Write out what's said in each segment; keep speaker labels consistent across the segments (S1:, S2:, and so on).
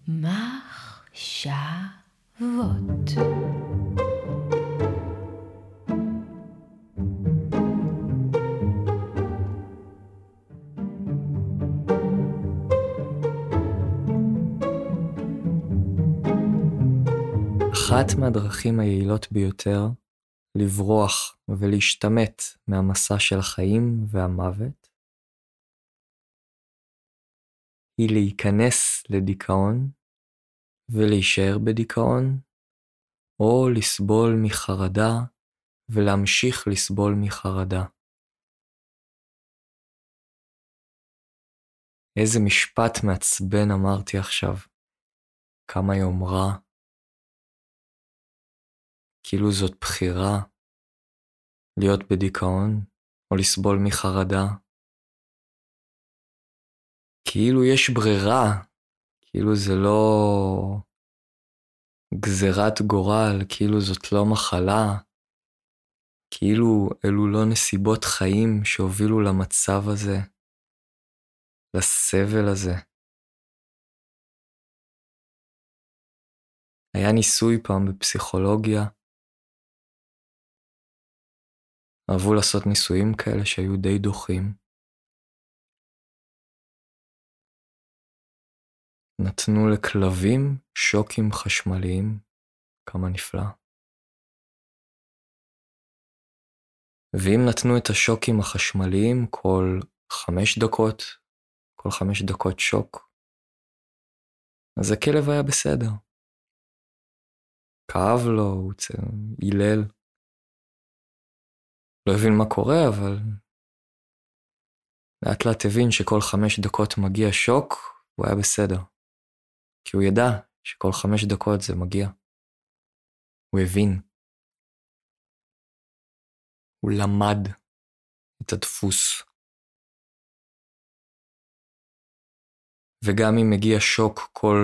S1: מחשבות.
S2: אחת מהדרכים היעילות ביותר לברוח ולהשתמט מהמסע של החיים והמוות היא להיכנס לדיכאון ולהישאר בדיכאון, או לסבול מחרדה ולהמשיך לסבול מחרדה. איזה משפט מעצבן אמרתי עכשיו, כמה יומרה, כאילו זאת בחירה להיות בדיכאון או לסבול מחרדה. כאילו יש ברירה, כאילו זה לא גזירת גורל, כאילו זאת לא מחלה, כאילו אלו לא נסיבות חיים שהובילו למצב הזה, לסבל הזה. היה ניסוי פעם בפסיכולוגיה, אהבו לעשות ניסויים כאלה שהיו די דוחים. נתנו לכלבים שוקים חשמליים, כמה נפלא. ואם נתנו את השוקים החשמליים כל 5 דקות, כל 5 דקות שוק, אז הכלב היה בסדר. כאב לו, הוא הילל. לא הבין מה קורה, אבל לאט לאט הבין שכל 5 דקות מגיע שוק, הוא היה בסדר. כי הוא ידע שכל 5 דקות זה מגיע. הוא הבין. הוא למד את הדפוס. וגם אם מגיע שוק כל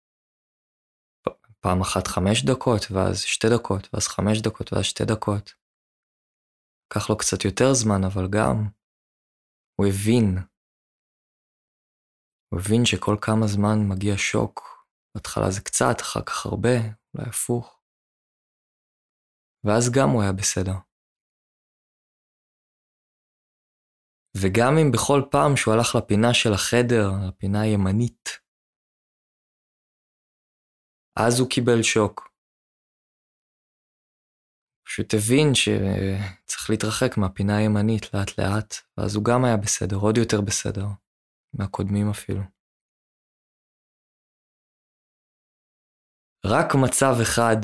S2: פעם אחת 5 דקות, ואז 2 דקות, ואז 5 דקות, ואז 2 דקות. לקח לו קצת יותר זמן, אבל גם הוא הבין. הוא הבין שכל כמה זמן מגיע שוק. בהתחלה זה קצת, אחר כך הרבה, אולי הפוך. ואז גם הוא היה בסדר. וגם אם בכל פעם שהוא הלך לפינה של החדר, לפינה הימנית, אז הוא קיבל שוק. פשוט הבין שצריך להתרחק מהפינה הימנית לאט לאט, ואז הוא גם היה בסדר, עוד יותר בסדר, מהקודמים אפילו. רק מצב אחד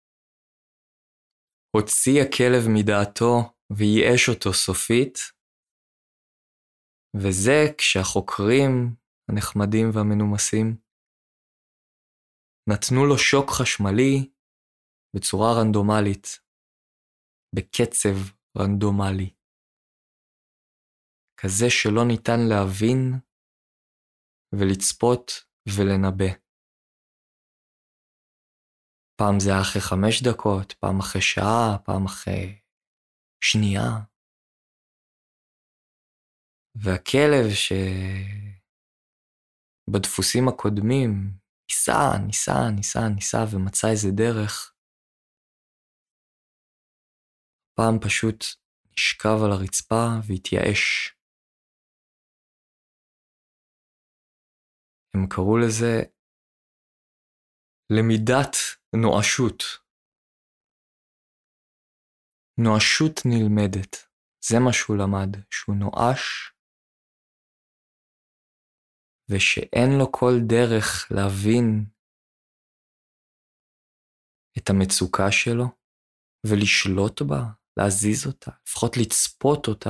S2: הוציא הכלב מדעתו וייאש אותו סופית, וזה כשהחוקרים הנחמדים והמנומסים נתנו לו שוק חשמלי בצורה רנדומלית, בקצב רנדומלי, כזה שלא ניתן להבין ולצפות ולנבא. פעם זה היה אחרי 5 דקות, פעם אחרי שעה, פעם אחרי שנייה. והכלב שבדפוסים הקודמים ניסה ומצא איזה דרך, פעם פשוט נשכב על הרצפה והתייאש. הם קראו לזה למידת נואשות. נואשות נלמדת. זה מה שהוא למד, שהוא נואש, ושאין לו כל דרך להבין את המצוקה שלו, ולשלוט בה, להזיז אותה, לפחות לצפות אותה.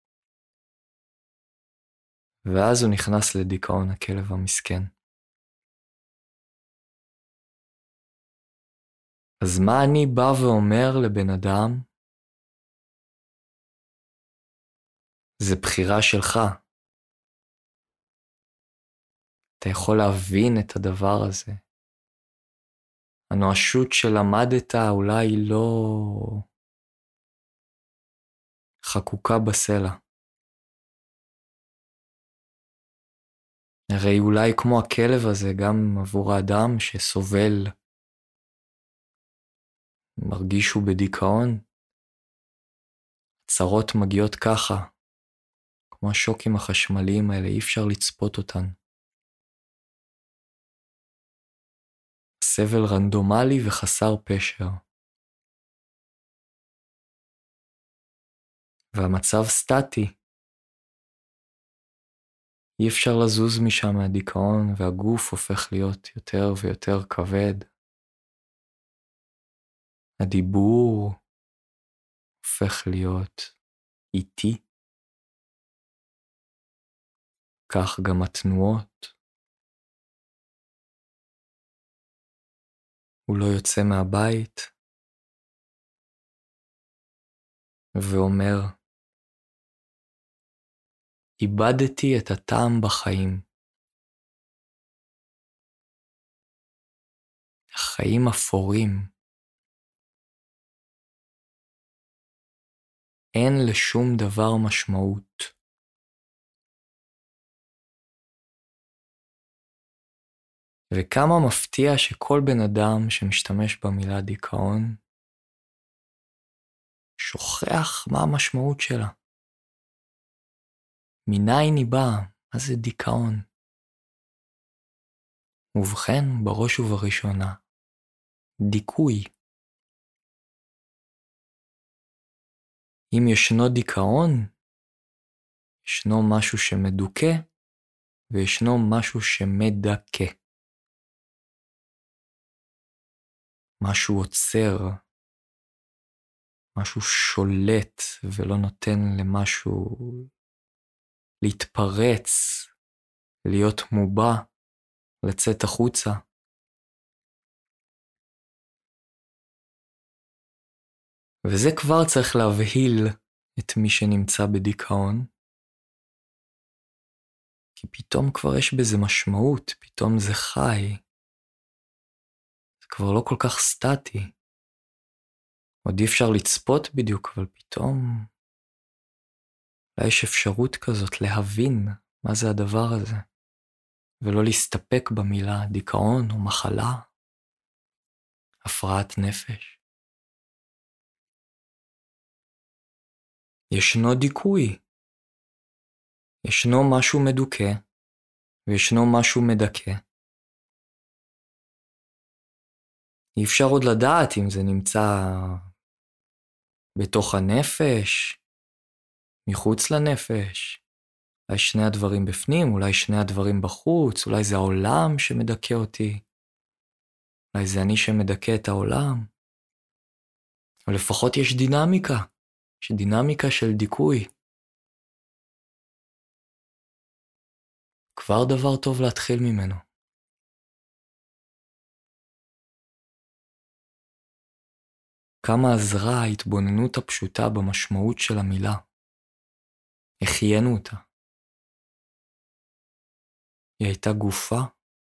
S2: ואז הוא נכנס לדיכאון, הכלב המסכן. אז מה אני בא ואומר לבן אדם? זה בחירה שלך. אתה יכול להבין את הדבר הזה. הנואשות שלמדת אולי לא חקוקה בסלע. הרי אולי כמו הכלב הזה, גם עבור האדם שסובל, מרגיש שהוא בדיכאון, צרות מגיעות ככה, כמו השוקים החשמליים האלה, אי אפשר לצפות אותן. סבל רנדומלי וחסר פשר. והמצב סטטי. אי אפשר לזוז משם מהדיכאון, והגוף הופך להיות יותר ויותר כבד. הדיבור הופך להיות איטי. כך גם התנועות. הוא לא יוצא מהבית ואומר, איבדתי את הטעם בחיים. החיים אפורים. אין לשום דבר משמעות. וכמה מפתיע שכל בן אדם שמשתמש במילה דיכאון, שוכח מה המשמעות שלה. מניין היא באה? מה זה דיכאון? ובכן, בראש ובראשונה, דיכוי. אם ישנו דיכאון, ישנו משהו שמדוכא, וישנו משהו שמדכא. משהו עוצר, משהו שולט ולא נותן למשהו להתפרץ, להיות מובע, לצאת החוצה. וזה כבר צריך להבהיל את מי שנמצא בדיכאון, כי פתאום כבר יש בזה משמעות, פתאום זה חי. זה כבר לא כל כך סטטי. עוד אי אפשר לצפות בדיוק, אבל פתאום אולי יש אפשרות כזאת להבין מה זה הדבר הזה, ולא להסתפק במילה דיכאון או מחלה, הפרעת נפש. ישנו דיכוי, ישנו משהו מדוכא, וישנו משהו מדכא. אי אפשר עוד לדעת אם זה נמצא בתוך הנפש, מחוץ לנפש. אולי שני הדברים בפנים, אולי שני הדברים בחוץ, אולי זה העולם שמדכא אותי, אולי זה אני שמדכא את העולם. אבל לפחות יש דינמיקה, יש דינמיקה של דיכוי. כבר דבר טוב להתחיל ממנו. כמה עזרה ההתבוננות הפשוטה במשמעות של המילה. החיינו אותה. היא הייתה גופה,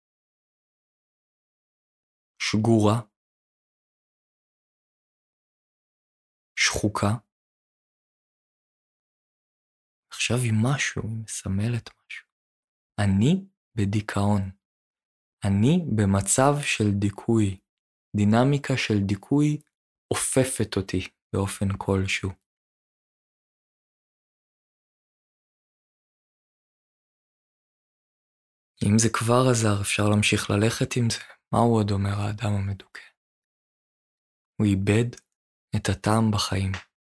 S2: שגורה, שחוקה. עכשיו היא משהו, היא מסמלת משהו. אני בדיכאון. אני במצב של דיכוי. דינמיקה של דיכוי אופפת אותי באופן כלשהו. אם זה כבר עזר, אפשר להמשיך ללכת עם זה. מה הוא עוד אומר האדם המדוכא? הוא איבד את הטעם בחיים.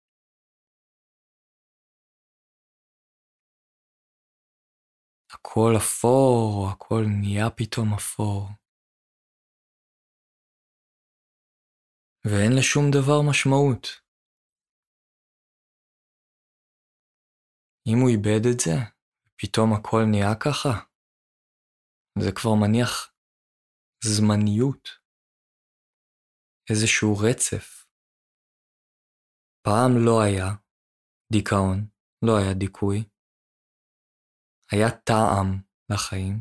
S2: הכל אפור, הכל נהיה פתאום אפור. ואין לשום דבר משמעות. אם הוא איבד את זה, פתאום הכל נהיה ככה, זה כבר מניח זמניות, איזשהו רצף. פעם לא היה דיכאון, לא היה דיכוי, היה טעם לחיים,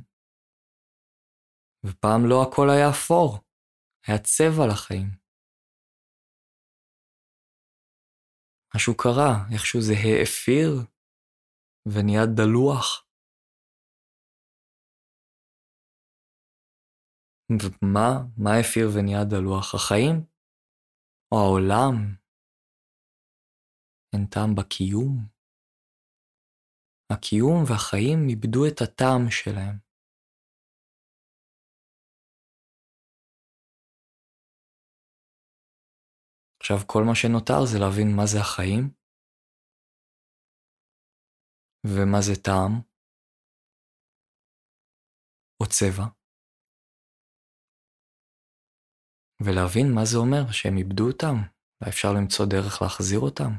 S2: ופעם לא הכל היה אפור, היה צבע לחיים. משהו קרה, איכשהו זה האפיר ונהיה דלוח. ומה הפיר וניעד הלוח? החיים? או העולם? אין טעם בקיום? הקיום והחיים איבדו את הטעם שלהם. עכשיו כל מה שנותר זה להבין מה זה החיים, ומה זה טעם, או צבע, ולהבין מה זה אומר שהם איבדו אותם, ואפשר למצוא דרך להחזיר אותם.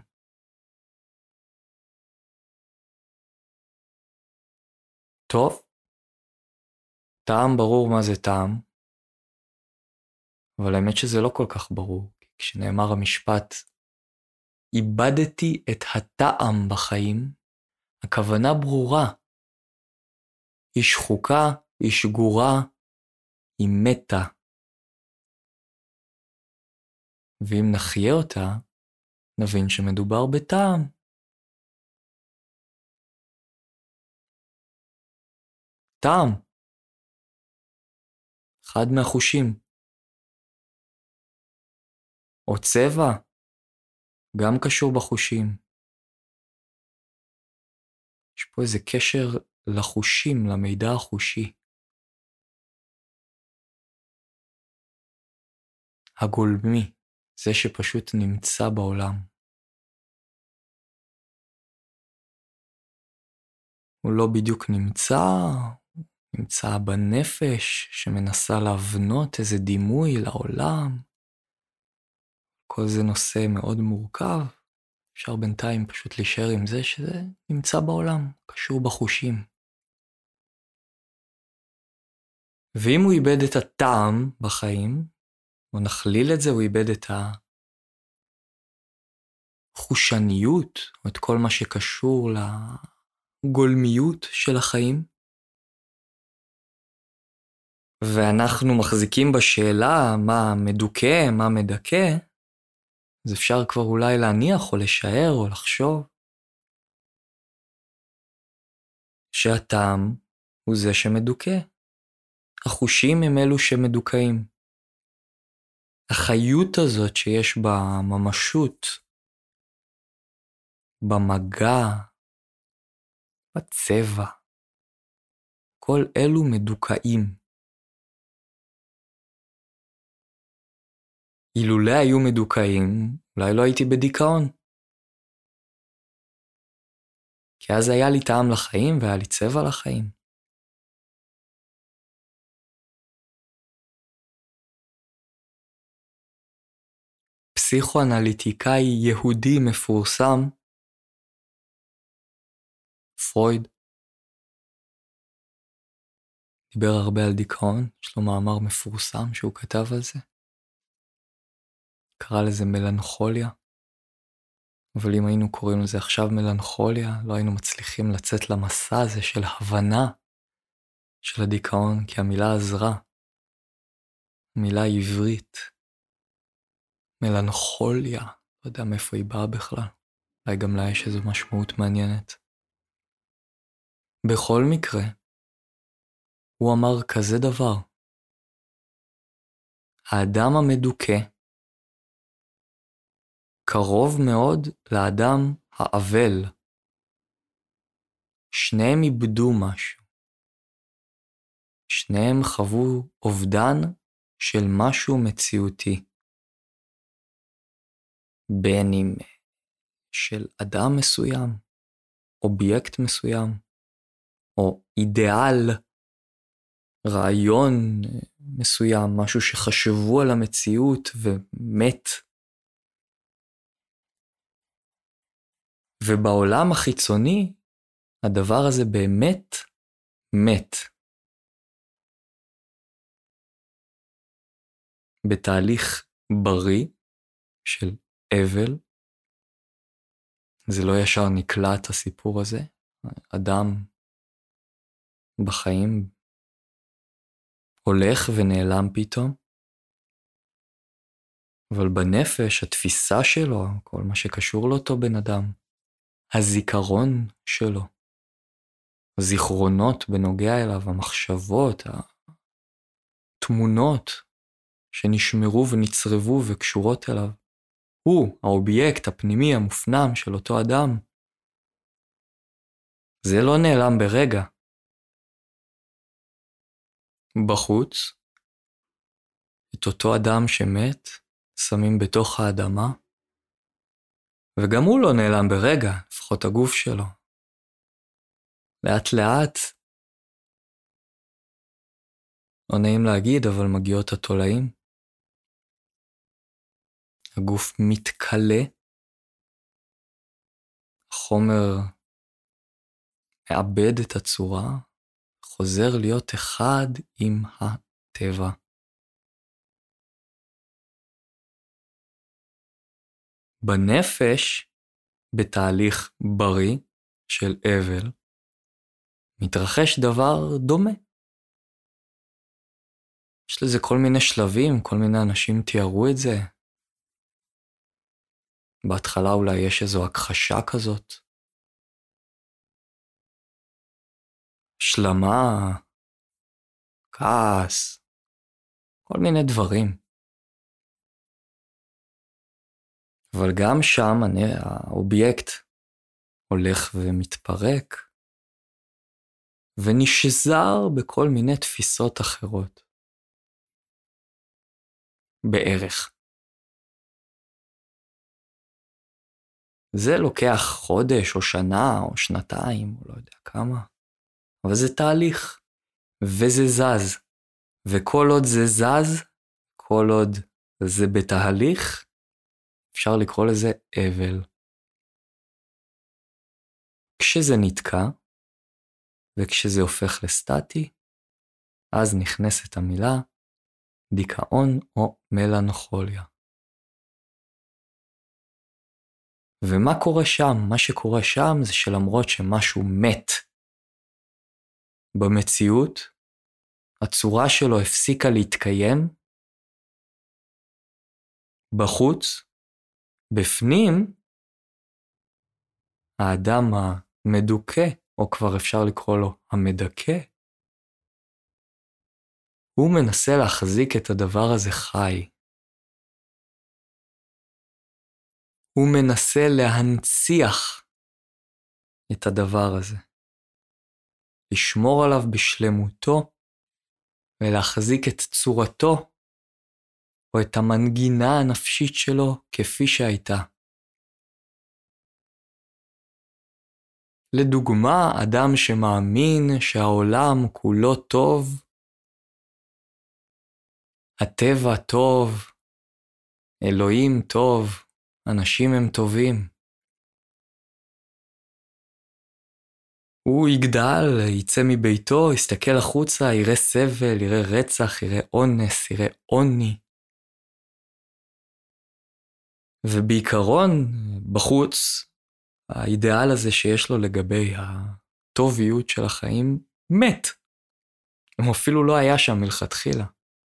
S2: טוב, טעם ברור מה זה טעם, אבל האמת שזה לא כל כך ברור. כשנאמר המשפט, איבדתי את הטעם בחיים, הכוונה ברורה. היא שחוקה, היא שגורה, היא מתה. ואם נחיה אותה, נבין שמדובר בטעם. טעם. אחד מהחושים. או צבע, גם קשור בחושים. יש פה איזה קשר לחושים, למידע החושי. הגולמי, זה שפשוט נמצא בעולם. הוא לא בדיוק נמצא בנפש שמנסה להבנות איזה דימוי לעולם. כל זה נושא מאוד מורכב. אפשר בינתיים פשוט להישאר עם זה שזה נמצא בעולם, קשור בחושים. ואם הוא איבד את הטעם בחיים, או נכליל את זה, הוא איבד את החושניות, או את כל מה שקשור לגולמיות של החיים. ואנחנו מחזיקים בשאלה מה מדוכא, מה מדכא, אז אפשר כבר אולי להניח או לשער או לחשוב שהטעם הוא זה שמדוכא. החושים הם אלו שמדוכאים. החיות הזאת שיש בה ממשות, במגע, בצבע, כל אלו מדוכאים. אילולא היו מדוכאים, אולי לא הייתי בדיכאון. כי אז היה לי טעם לחיים והיה לי צבע לחיים. פסיכואנליטיקאי יהודי מפורסם, פרויד, דיבר הרבה על דיכאון, יש לו מאמר מפורסם שהוא כתב על זה. קרא לזה מלנכוליה. אבל אם היינו קוראים לזה עכשיו מלנכוליה, לא היינו מצליחים לצאת למסע הזה של הבנה של הדיכאון, כי המילה עזרה, מילה עברית, מלנכוליה, לא יודע מאיפה היא באה בכלל, אולי גם לה יש איזו משמעות מעניינת. בכל מקרה, הוא אמר כזה דבר, האדם המדוכא קרוב מאוד לאדם האבל. שניהם איבדו משהו. שניהם חוו אובדן של משהו מציאותי. בין אם של אדם מסוים, אובייקט מסוים, או אידיאל, רעיון מסוים, משהו שחשבו על המציאות ומת. ובעולם החיצוני, הדבר הזה באמת מת. בתהליך בריא של אבל, זה לא ישר נקלט הסיפור הזה, אדם בחיים הולך ונעלם פתאום, אבל בנפש התפיסה שלו, כל מה שקשור לאותו בן אדם, הזיכרון שלו, הזיכרונות בנוגע אליו, המחשבות, תמונות שנשמרו ונצרבו וקשורות אליו. הוא האובייקט הפנימי המופנם של אותו אדם. זה לא נעלם ברגע. בחוץ, את אותו אדם שמת, שמים בתוך האדמה, וגם הוא לא נעלם ברגע, לפחות הגוף שלו. לאט לאט, לא נעים להגיד, אבל מגיעות התולעים. הגוף מתקלה, החומר מאבד את הצורה, חוזר להיות אחד עם הטבע. בנפש, בתהליך בריא של אבל, מתרחש דבר דומה. יש לזה כל מיני שלבים, כל מיני אנשים תיארו את זה. בהתחלה אולי יש איזו הכחשה כזאת. שלמה, כעס, כל מיני דברים. אבל גם שם האובייקט הולך ומתפרק, ונשזר בכל מיני תפיסות אחרות. בערך. זה לוקח חודש או שנה או שנתיים, או לא יודע כמה. אבל זה תהליך, וזה זז. וכל עוד זה זז, כל עוד זה בתהליך, אפשר לקרוא לזה אבל. כשזה נתקע, וכשזה הופך לסטטי, אז נכנסת המילה דיכאון או מלנכוליה. ומה קורה שם? מה שקורה שם זה שלמרות שמשהו מת במציאות, הצורה שלו הפסיקה להתקיים, בחוץ, בפנים, האדם המדוכא, או כבר אפשר לקרוא לו המדכא, הוא מנסה להחזיק את הדבר הזה חי. הוא מנסה להנציח את הדבר הזה. לשמור עליו בשלמותו, ולהחזיק את צורתו, או את המנגינה הנפשית שלו כפי שהייתה. לדוגמה, אדם שמאמין שהעולם כולו טוב, הטבע טוב, אלוהים טוב, אנשים הם טובים. הוא יגדל, יצא מביתו, יסתכל החוצה, יראה סבל, יראה רצח, יראה אונס, יראה עוני. ובעיקרון, בחוץ, האידיאל הזה שיש לו לגבי הטוביות של החיים, מת. הוא אפילו לא היה שם מלכתחילה.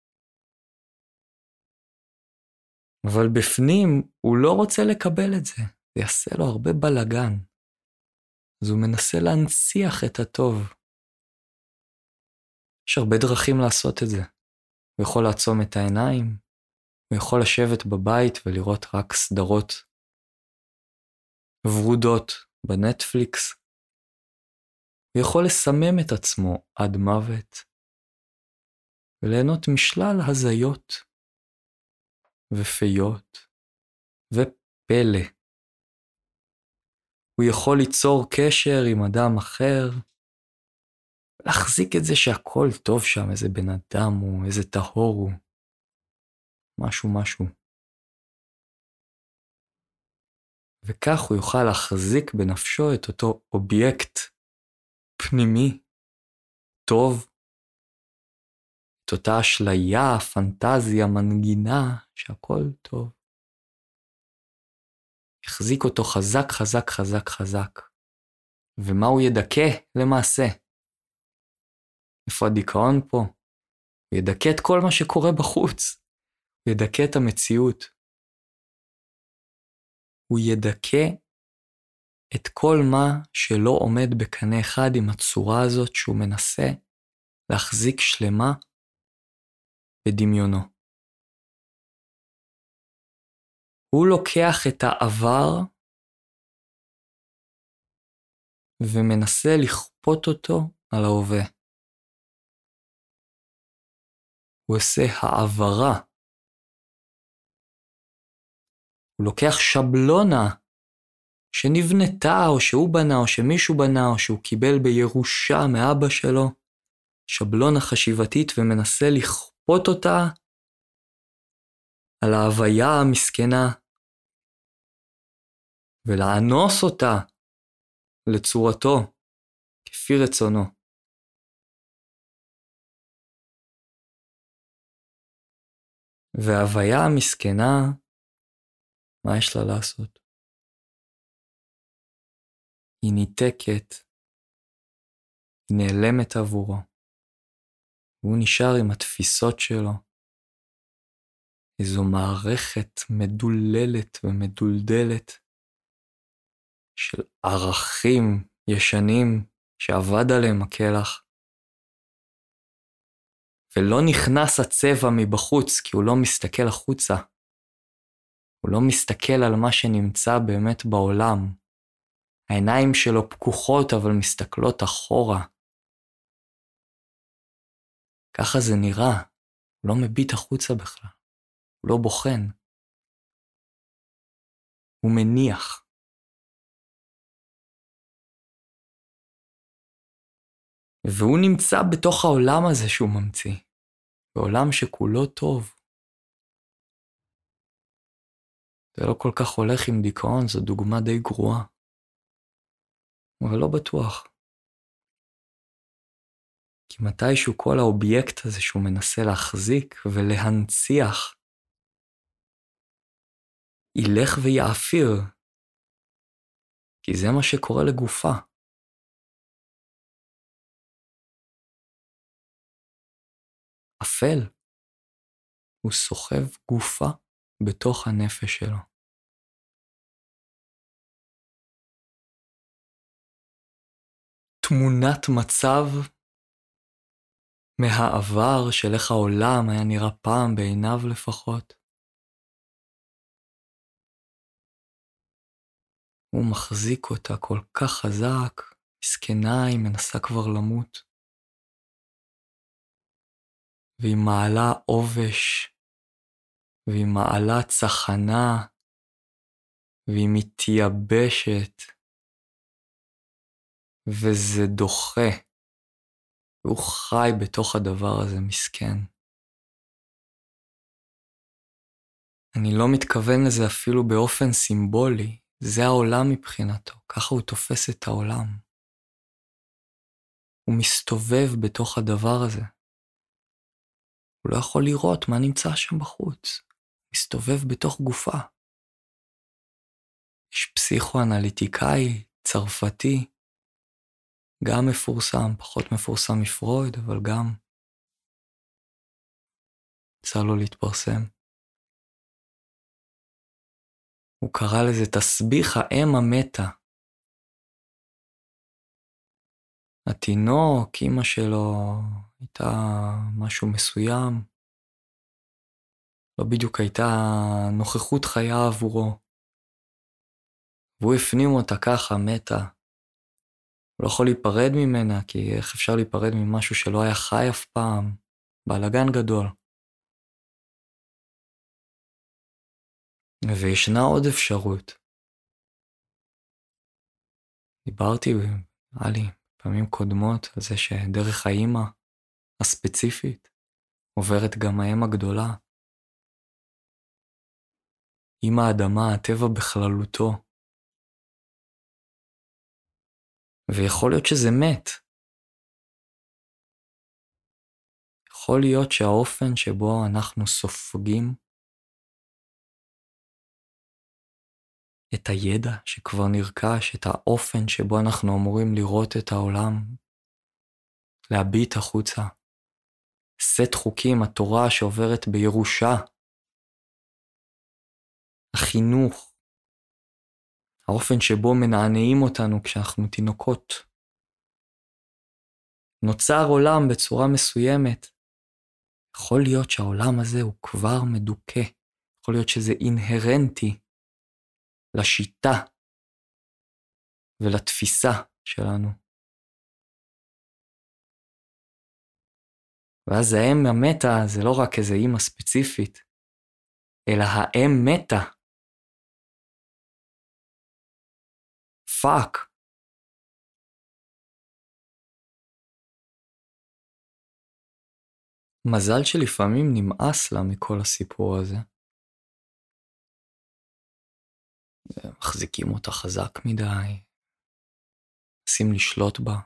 S2: אבל בפנים הוא לא רוצה לקבל את זה. זה יעשה לו הרבה בלגן. אז הוא מנסה להנציח את הטוב. יש הרבה דרכים לעשות את זה. הוא יכול לעצום את העיניים, הוא יכול לשבת בבית ולראות רק סדרות ורודות בנטפליקס. הוא יכול לסמם את עצמו עד מוות, וליהנות משלל הזיות ופיות ופלא. הוא יכול ליצור קשר עם אדם אחר, להחזיק את זה שהכל טוב שם, איזה בן אדם הוא, איזה טהור הוא, משהו. וכך הוא יוכל להחזיק בנפשו את אותו אובייקט פנימי, טוב, את אותה אשליה, פנטזיה, מנגינה, שהכל טוב. יחזיק אותו חזק. ומה הוא ידכא למעשה? איפה הדיכאון פה? הוא ידכא את כל מה שקורה בחוץ. הוא ידכא את המציאות. הוא ידכא את כל מה שלא עומד בקנה אחד עם הצורה הזאת שהוא מנסה להחזיק שלמה בדמיונו. הוא לוקח את העבר ומנסה לכפות אותו על ההווה. הוא עושה העברה. הוא לוקח שבלונה שנבנתה או שהוא בנה או שמישהו בנה או שהוא קיבל בירושה מאבא שלו, שבלונה חשיבתית, ומנסה לכפות אותה על ההוויה המסכנה ולאנוס אותה לצורתו כפי רצונו. וההוויה המסכנה, מה יש לה לעשות? היא ניתקת, היא נעלמת עבורו. והוא נשאר עם התפיסות שלו. איזו מערכת מדוללת ומדולדלת של ערכים ישנים שעבד עליהם הקלח. ולא נכנס הצבע מבחוץ, כי הוא לא מסתכל החוצה. הוא לא מסתכל על מה שנמצא באמת בעולם. העיניים שלו פקוחות אבל מסתכלות אחורה. ככה זה נראה. הוא לא מביט החוצה בכלל. הוא לא בוחן. הוא מניח. והוא נמצא בתוך העולם הזה שהוא ממציא. בעולם שכולו טוב. זה לא כל כך הולך עם דיכאון, זו דוגמה די גרועה. אבל לא בטוח. כי מתישהו כל האובייקט הזה שהוא מנסה להחזיק ולהנציח, ילך ויעפיר. כי זה מה שקורה לגופה. אפל. הוא סוחב גופה בתוך הנפש שלו. תמונת מצב מהעבר של איך העולם היה נראה פעם בעיניו לפחות. הוא מחזיק אותה כל כך חזק, מסכנה, היא מנסה כבר למות. והיא מעלה עובש, והיא מעלה צחנה, והיא מתייבשת, וזה דוחה. והוא חי בתוך הדבר הזה, מסכן. אני לא מתכוון לזה אפילו באופן סימבולי, זה העולם מבחינתו, ככה הוא תופס את העולם. הוא מסתובב בתוך הדבר הזה. הוא לא יכול לראות מה נמצא שם בחוץ. הוא מסתובב בתוך גופה. יש פסיכואנליטיקאי צרפתי, גם מפורסם, פחות מפורסם מפרויד, אבל גם יצא לו להתפרסם. הוא קרא לזה תסביך האם המתה. התינוק, אמא שלו, הייתה משהו מסוים, לא בדיוק הייתה נוכחות חיה עבורו. והוא הפנים אותה ככה, מתה. הוא לא יכול להיפרד ממנה, כי איך אפשר להיפרד ממשהו שלא היה חי אף פעם? בלגן גדול. וישנה עוד אפשרות. דיברתי, היה לי פעמים קודמות על זה שדרך האמא הספציפית עוברת גם האם הגדולה. אמא האדמה, הטבע בכללותו. ויכול להיות שזה מת. יכול להיות שהאופן שבו אנחנו סופגים את הידע שכבר נרכש, את האופן שבו אנחנו אמורים לראות את העולם, להביט החוצה. סט חוקים, התורה שעוברת בירושה, החינוך, האופן שבו מנענעים אותנו כשאנחנו תינוקות. נוצר עולם בצורה מסוימת, יכול להיות שהעולם הזה הוא כבר מדוכא, יכול להיות שזה אינהרנטי לשיטה ולתפיסה שלנו. ואז האם המתה זה לא רק איזה אימא ספציפית, אלא האם מתה. פאק. מזל שלפעמים נמאס לה מכל הסיפור הזה. מחזיקים אותה חזק מדי, מנסים לשלוט בה.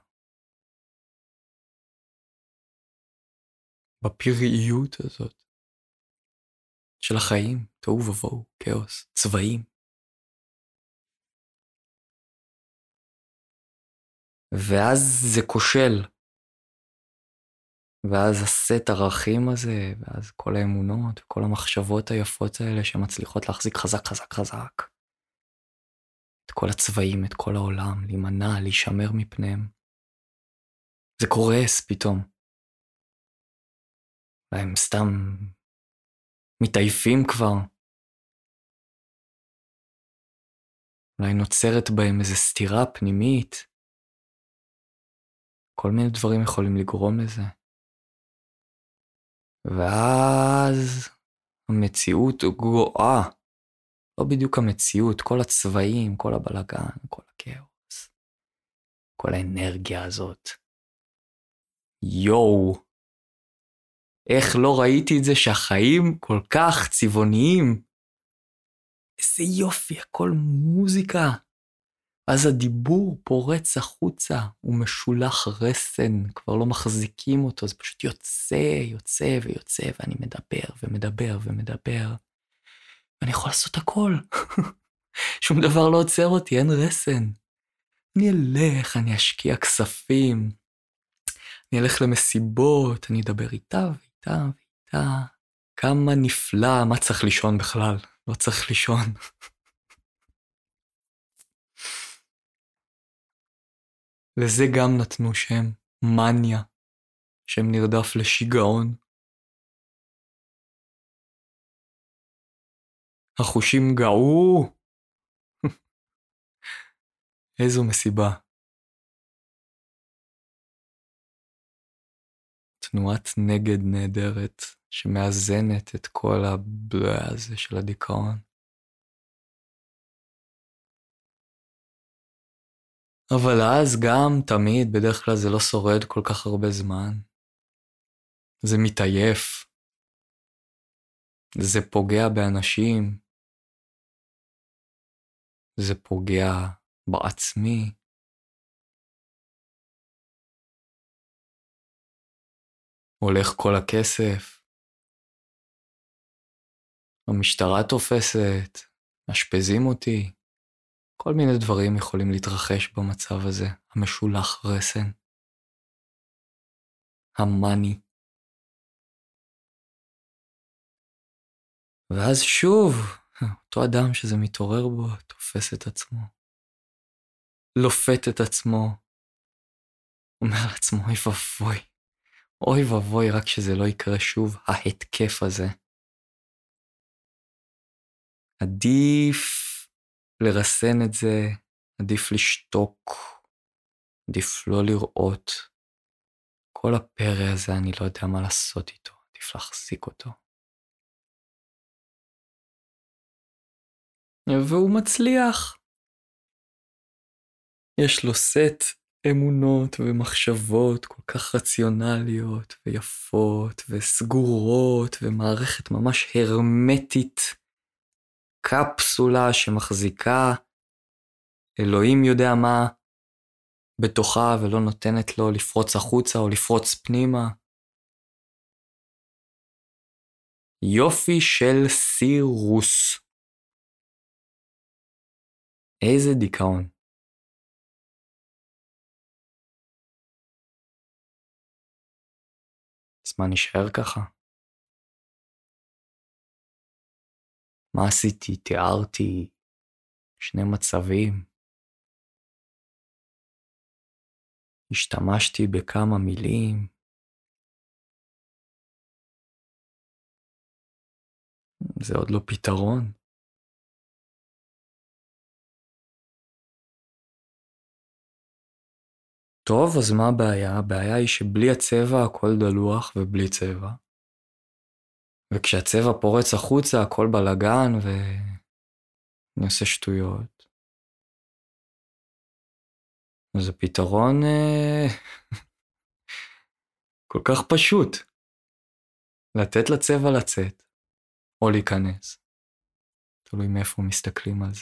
S2: בפראיות הזאת של החיים, תוהו ובוהו, כאוס, צבעים. ואז זה כושל. ואז הסט ערכים הזה, ואז כל האמונות, וכל המחשבות היפות האלה שמצליחות להחזיק חזק חזק חזק. את כל הצבעים, את כל העולם, להימנע, להישמר מפניהם. זה קורס פתאום. והם סתם מתעייפים כבר. אולי נוצרת בהם איזו סתירה פנימית. כל מיני דברים יכולים לגרום לזה. ואז המציאות גואה. לא בדיוק המציאות, כל הצבעים, כל הבלגן, כל הכאוס. כל האנרגיה הזאת. יואו. איך לא ראיתי את זה שהחיים כל כך צבעוניים. איזה יופי, הכל מוזיקה. אז הדיבור פורץ החוצה, הוא משולח רסן, כבר לא מחזיקים אותו, זה פשוט יוצא ויוצא, ואני מדבר ומדבר ומדבר, ואני יכול לעשות הכל. שום דבר לא עוצר אותי, אין רסן. אני אלך, אני אשקיע כספים, אני אלך למסיבות, אני אדבר איתה ואיתה ואיתה. כמה נפלא, מה צריך לישון בכלל? לא צריך לישון. לזה גם נתנו שם, מניה, שם נרדף לשיגעון. החושים גאו. איזו מסיבה. תנועת נגד נהדרת, שמאזנת את כל הבלה הזה של הדיכאון. אבל אז גם תמיד, בדרך כלל זה לא שורד כל כך הרבה זמן. זה מתעייף. זה פוגע באנשים. זה פוגע בעצמי. הולך כל הכסף. המשטרה תופסת. משפזים אותי. כל מיני דברים יכולים להתרחש במצב הזה, המשולח רסן. המאני. ואז שוב, אותו אדם שזה מתעורר בו, תופס את עצמו. לופת את עצמו. אומר לעצמו, אוי ובוי. אוי ובוי, רק שזה לא יקרה שוב, ההתקף הזה. עדיף לרסן את זה, עדיף לשתוק, עדיף לא לראות. כל הפרא הזה, אני לא יודע מה לעשות איתו, עדיף להחזיק אותו. והוא מצליח. יש לו סט אמונות ומחשבות כל כך רציונליות ויפות וסגורות ומערכת ממש הרמטית, קפסולה שמחזיקה אלוהים יודע מה בתוכה ולא נותנת לו לפרוץ החוצה או לפרוץ פנימה. יופי של סירוס. איזה דיכאון. אז מה נשאר ככה? מה עשיתי? תיארתי שני מצבים. השתמשתי בכמה מילים. זה עוד לא פתרון. טוב, אז מה הבעיה? הבעיה היא שבלי הצבע הכל דלוח ובלי צבע. וכשהצבע פורץ החוצה הכל בלגן ואני עושה שטויות. אז הפתרון כל כך פשוט. לתת לצבע לצאת, או להיכנס. תלוי מאיפה מסתכלים על זה.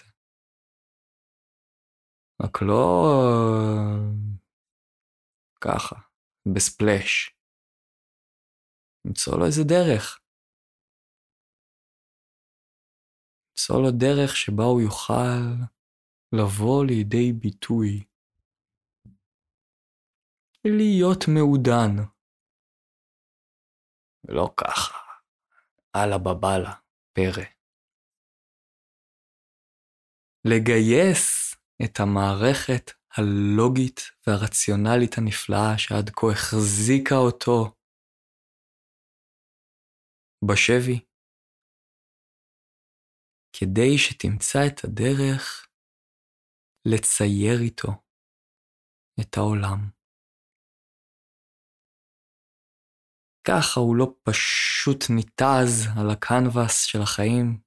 S2: רק לא ככה, בספלש. למצוא לו איזה דרך. למצוא לו דרך שבה הוא יוכל לבוא לידי ביטוי. להיות מעודן. ולא ככה. אללה בבאללה, פרא. לגייס את המערכת הלוגית והרציונלית הנפלאה שעד כה החזיקה אותו בשבי, כדי שתמצא את הדרך לצייר איתו את העולם. ככה הוא לא פשוט ניתז על הקנבס של החיים,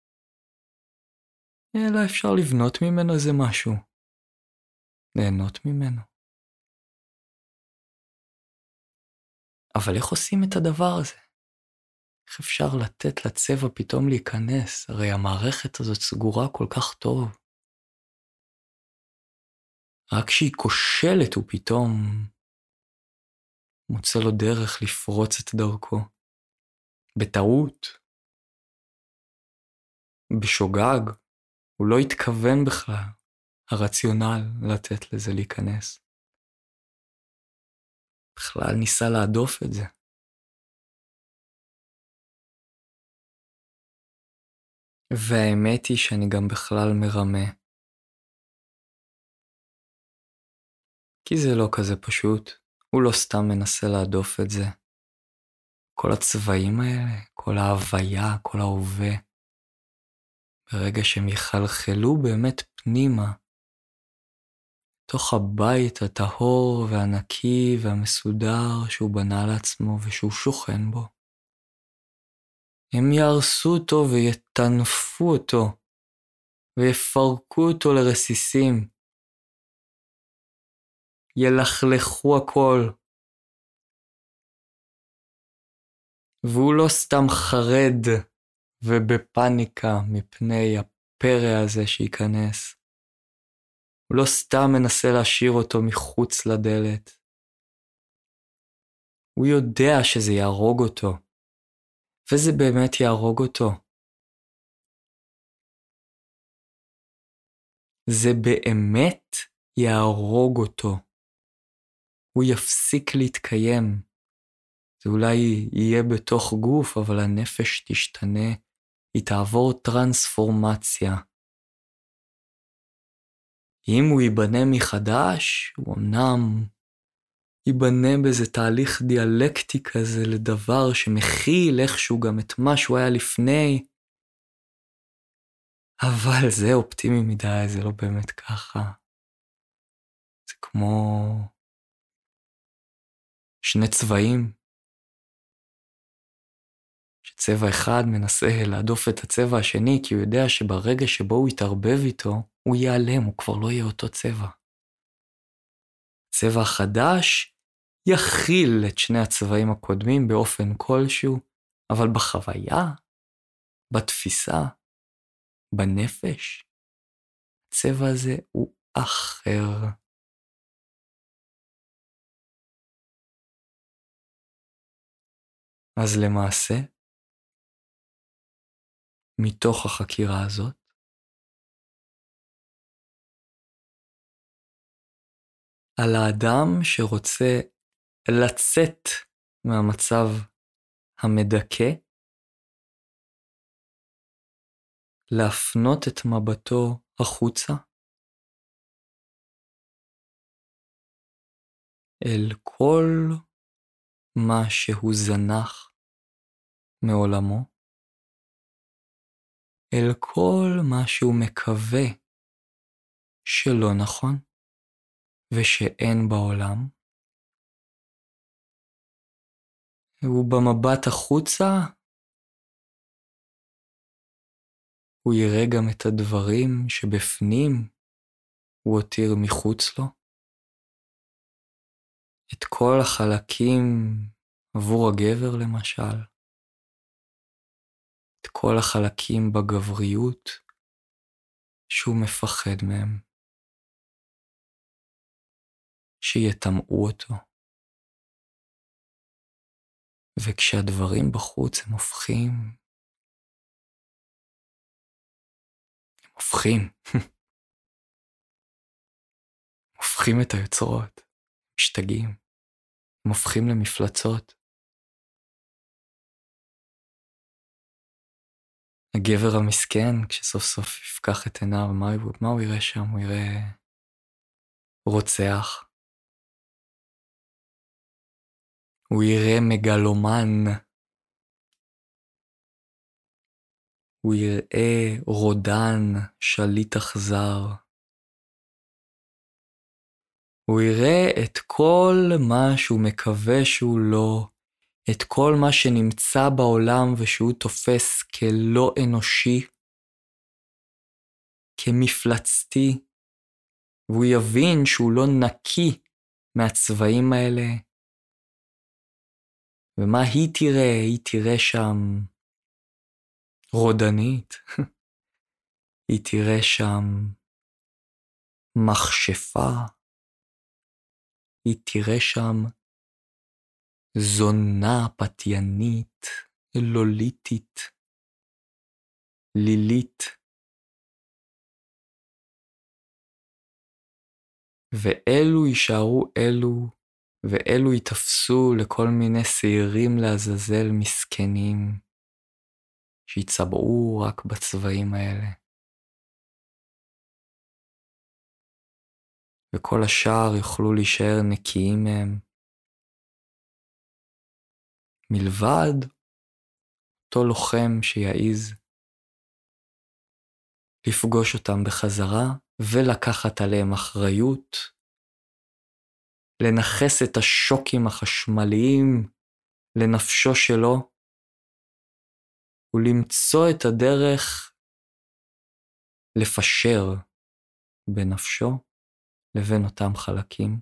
S2: אלא אפשר לבנות ממנו איזה משהו, ליהנות ממנו. אבל איך עושים את הדבר הזה? איך אפשר לתת לצבע פתאום להיכנס? הרי המערכת הזאת סגורה כל כך טוב. רק כשהיא כושלת הוא פתאום מוצא לו דרך לפרוץ את דרכו. בטעות. בשוגג. הוא לא התכוון בכלל. הרציונל לתת לזה להיכנס. בכלל ניסה להדוף את זה. והאמת היא שאני גם בכלל מרמה. כי זה לא כזה פשוט. הוא לא סתם מנסה להדוף את זה. כל הצבעים האלה, כל ההוויה, כל ההווה, ברגע שהם יחלחלו באמת פנימה, תוך הבית הטהור והנקי והמסודר שהוא בנה לעצמו ושהוא שוכן בו, הם יהרסו אותו ויטנפו אותו ויפרקו אותו לרסיסים, ילכלכו הכל. והוא לא סתם חרד ובפניקה מפני הפרא הזה שייכנס. הוא לא סתם מנסה להשאיר אותו מחוץ לדלת. הוא יודע שזה יהרוג אותו, וזה באמת יהרוג אותו. זה באמת יהרוג אותו. הוא יפסיק להתקיים. זה אולי יהיה בתוך גוף, אבל הנפש תשתנה, היא תעבור טרנספורמציה. אם הוא ייבנה מחדש, הוא אמנם ייבנה באיזה תהליך דיאלקטי כזה לדבר שמכיל איכשהו גם את מה שהוא היה לפני, אבל זה אופטימי מדי, זה לא באמת ככה. זה כמו שני צבעים, שצבע אחד מנסה להדוף את הצבע השני, כי הוא יודע שברגע שבו הוא יתערבב איתו, הוא ייעלם, הוא כבר לא יהיה אותו צבע. צבע חדש יכיל את שני הצבעים הקודמים באופן כלשהו, אבל בחוויה, בתפיסה, בנפש, הצבע הזה הוא אחר. אז למעשה, מתוך החקירה הזאת, על האדם שרוצה לצאת מהמצב המדכא, להפנות את מבטו החוצה, אל כל מה שהוא זנח מעולמו, אל כל מה שהוא מקווה שלא נכון ושאין בעולם. ובמבט החוצה הוא יראה גם את הדברים שבפנים הוא הותיר מחוץ לו. את כל החלקים עבור הגבר למשל. את כל החלקים בגבריות שהוא מפחד מהם. שיטמעו אותו. וכשהדברים בחוץ הם הופכים את היוצרות, משתגעים, הם הופכים למפלצות. הגבר המסכן, כשסוף סוף יפקח את עיניו, מה הוא יראה שם? הוא יראה רוצח. הוא יראה מגלומן. הוא יראה רודן, שליט אכזר. הוא יראה את כל מה שהוא מקווה שהוא לא, את כל מה שנמצא בעולם ושהוא תופס כלא אנושי, כמפלצתי, והוא יבין שהוא לא נקי מהצבעים האלה. ומה היא תראה? היא תראה שם רודנית. היא תראה שם מכשפה. היא תראה שם זונה פתיינית, לוליטית, לילית. ואלו יישארו אלו, ואלו יתפסו לכל מיני שעירים לעזאזל מסכנים, שיצבעו רק בצבעים האלה. וכל השאר יוכלו להישאר נקיים מהם. מלבד אותו לוחם שיעיז לפגוש אותם בחזרה ולקחת עליהם אחריות, לנחס את השוקים החשמליים לנפשו שלו, ולמצוא את הדרך לפשר בנפשו לבין אותם חלקים.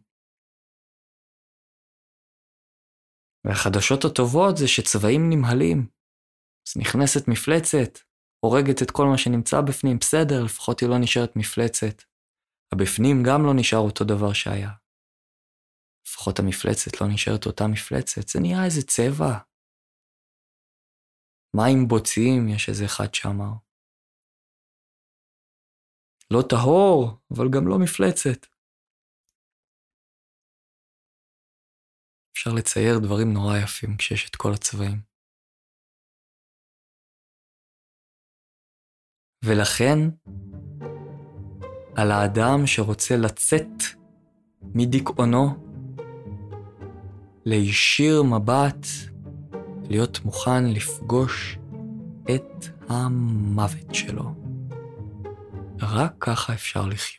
S2: והחדשות הטובות זה שצבעים נמהלים. אז נכנסת מפלצת, הורגת את כל מה שנמצא בפנים, בסדר, לפחות היא לא נשארת מפלצת. הבפנים גם לא נשאר אותו דבר שהיה. לפחות המפלצת לא נשארת אותה מפלצת, זה נהיה איזה צבע. מים בוצעים, יש איזה אחד שאמר. לא טהור, אבל גם לא מפלצת. אפשר לצייר דברים נורא יפים כשיש את כל הצבעים. ולכן, על האדם שרוצה לצאת מדיכאונו, להישיר מבט, להיות מוכן לפגוש את המוות שלו. רק ככה אפשר לחיות.